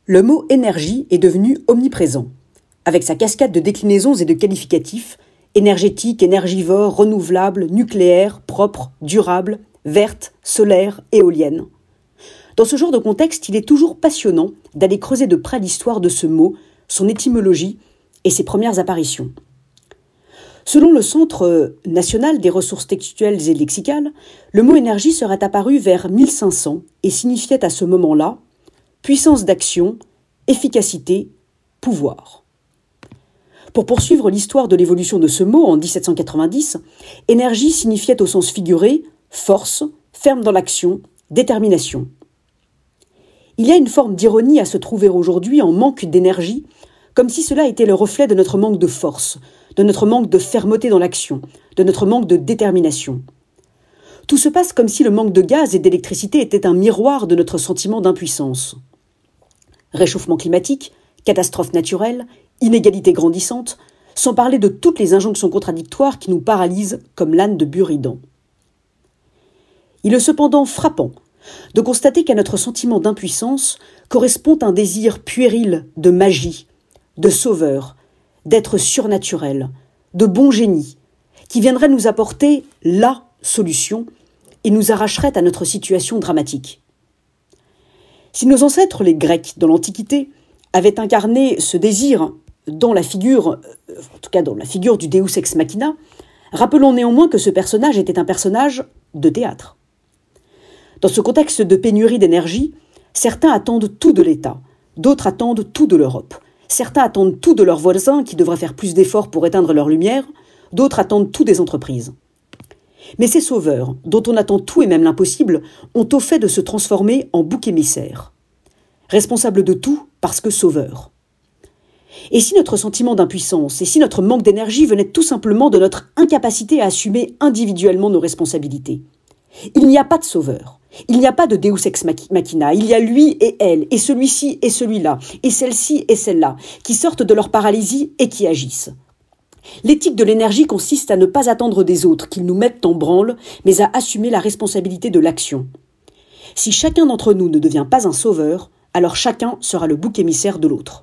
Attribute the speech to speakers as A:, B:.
A: Le mot énergie est devenu omniprésent. Avec sa cascade de déclinaisons et de qualificatifs, énergétique, énergivore, renouvelable, nucléaire, propre, durable, verte, solaire, éolienne. Dans ce genre de contexte, il est toujours passionnant d'aller creuser de près l'histoire de ce mot, son étymologie et ses premières apparitions. Selon le Centre national des ressources textuelles et lexicales, le mot énergie serait apparu vers 1500 et signifiait à ce moment-là puissance d'action, efficacité, pouvoir. Pour poursuivre l'histoire de l'évolution de ce mot en 1790, énergie signifiait au sens figuré force, ferme dans l'action, détermination. Il y a une forme d'ironie à se trouver aujourd'hui en manque d'énergie, comme si cela était le reflet de notre manque de force, de notre manque de fermeté dans l'action, de notre manque de détermination. Tout se passe comme si le manque de gaz et d'électricité était un miroir de notre sentiment d'impuissance. Réchauffement climatique, catastrophes naturelles, inégalités grandissantes, sans parler de toutes les injonctions contradictoires qui nous paralysent comme l'âne de Buridan. Il est cependant frappant de constater qu'à notre sentiment d'impuissance correspond un désir puéril de magie, de sauveur, d'être surnaturel, de bon génie, qui viendrait nous apporter la solution et nous arracherait à notre situation dramatique. Si nos ancêtres, les Grecs, dans l'Antiquité, avaient incarné ce désir dans la figure, en tout cas dans la figure du Deus ex machina, rappelons néanmoins que ce personnage était un personnage de théâtre. Dans ce contexte de pénurie d'énergie, certains attendent tout de l'État, d'autres attendent tout de l'Europe. Certains attendent tout de leurs voisins qui devraient faire plus d'efforts pour éteindre leur lumière, d'autres attendent tout des entreprises. Mais ces sauveurs, dont on attend tout et même l'impossible, ont au fait de se transformer en boucs émissaires. Responsables de tout parce que sauveurs. Et si notre sentiment d'impuissance, et si notre manque d'énergie venait tout simplement de notre incapacité à assumer individuellement nos responsabilités? Il n'y a pas de sauveur. Il n'y a pas de Deus ex machina, il y a lui et elle, et celui-ci et celui-là, et celle-ci et celle-là, qui sortent de leur paralysie et qui agissent. L'éthique de l'énergie consiste à ne pas attendre des autres qu'ils nous mettent en branle, mais à assumer la responsabilité de l'action. Si chacun d'entre nous ne devient pas un sauveur, alors chacun sera le bouc émissaire de l'autre.